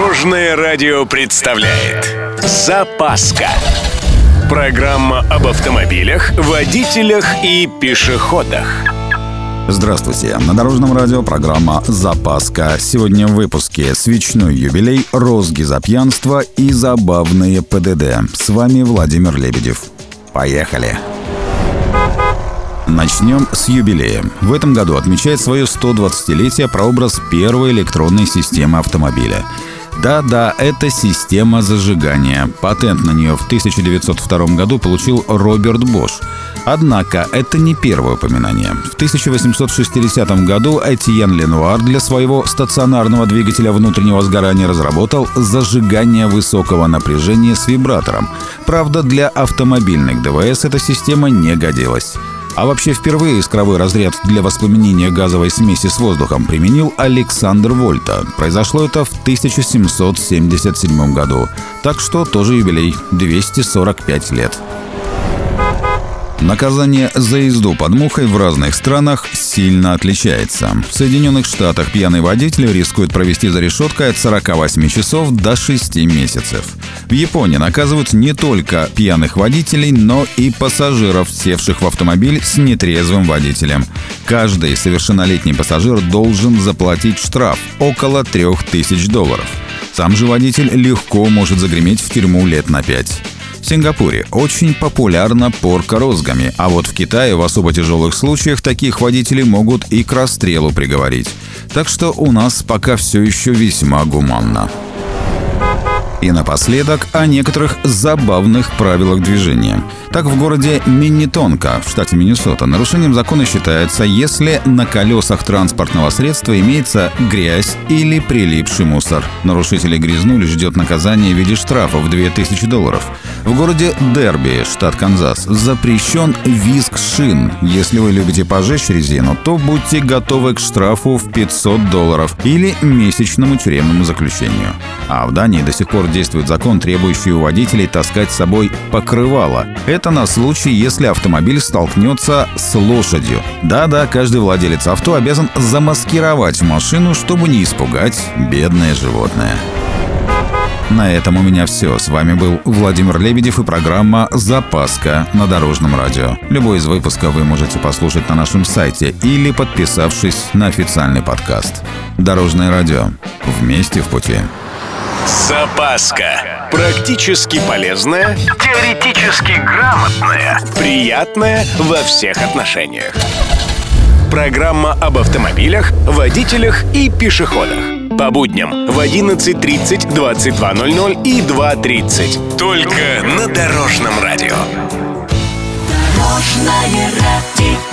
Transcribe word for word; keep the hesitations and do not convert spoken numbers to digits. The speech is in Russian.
Дорожное радио представляет «Запаска». Программа об автомобилях, водителях и пешеходах. Здравствуйте. На Дорожном радио программа «Запаска». Сегодня в выпуске свечной юбилей, розги за пьянство и забавные ПДД. С вами Владимир Лебедев. Поехали! Начнем с юбилея. В этом году отмечает свое сто двадцатилетие прообраз первой электронной системы автомобиля. Да-да, это система зажигания. Патент на нее в тысяча девятьсот втором году получил Роберт Бош. Однако это не первое упоминание. В тысяча восемьсот шестидесятом году Этьен Ленуар для своего стационарного двигателя внутреннего сгорания разработал зажигание высокого напряжения с вибратором. Правда, для автомобильных ДВС эта система не годилась. А вообще впервые искровой разряд для воспламенения газовой смеси с воздухом применил Александр Вольта. Произошло это в тысяча семьсот семьдесят седьмом году. Так что тоже юбилей – двести сорок пять лет. Наказание за езду под мухой в разных странах сильно отличается. В Соединенных Штатах пьяный водитель рискует провести за решеткой от сорока восьми часов до шести месяцев. В Японии наказывают не только пьяных водителей, но и пассажиров, севших в автомобиль с нетрезвым водителем. Каждый совершеннолетний пассажир должен заплатить штраф – около трех тысяч долларов. Сам же водитель легко может загреметь в тюрьму лет на пять. В Сингапуре очень популярна порка розгами, а вот в Китае в особо тяжелых случаях таких водителей могут и к расстрелу приговорить. Так что у нас пока все еще весьма гуманно. И напоследок о некоторых забавных правилах движения. Так, в городе Миннетонка, в штате Миннесота, нарушением закона считается, если на колесах транспортного средства имеется грязь или прилипший мусор. Нарушители грязнули, ждет наказание в виде штрафа в две тысячи долларов. В городе Дерби, штат Канзас, запрещен визг шин. Если вы любите пожечь резину, то будьте готовы к штрафу в пятьсот долларов или месячному тюремному заключению. А в Дании до сих пор действует закон, требующий у водителей таскать с собой покрывало. Это на случай, если автомобиль столкнется с лошадью. Да-да, каждый владелец авто обязан замаскировать машину, чтобы не испугать бедное животное. На этом у меня все. С вами был Владимир Лебедев и программа «Запаска» на Дорожном радио. Любой из выпусков вы можете послушать на нашем сайте или подписавшись на официальный подкаст. Дорожное радио. Вместе в пути. Запаска. Практически полезная, теоретически грамотная, приятная во всех отношениях. Программа об автомобилях, водителях и пешеходах. По будням в одиннадцать тридцать, двадцать два ноль ноль и два тридцать. Только на Дорожном радио. Дорожное радио.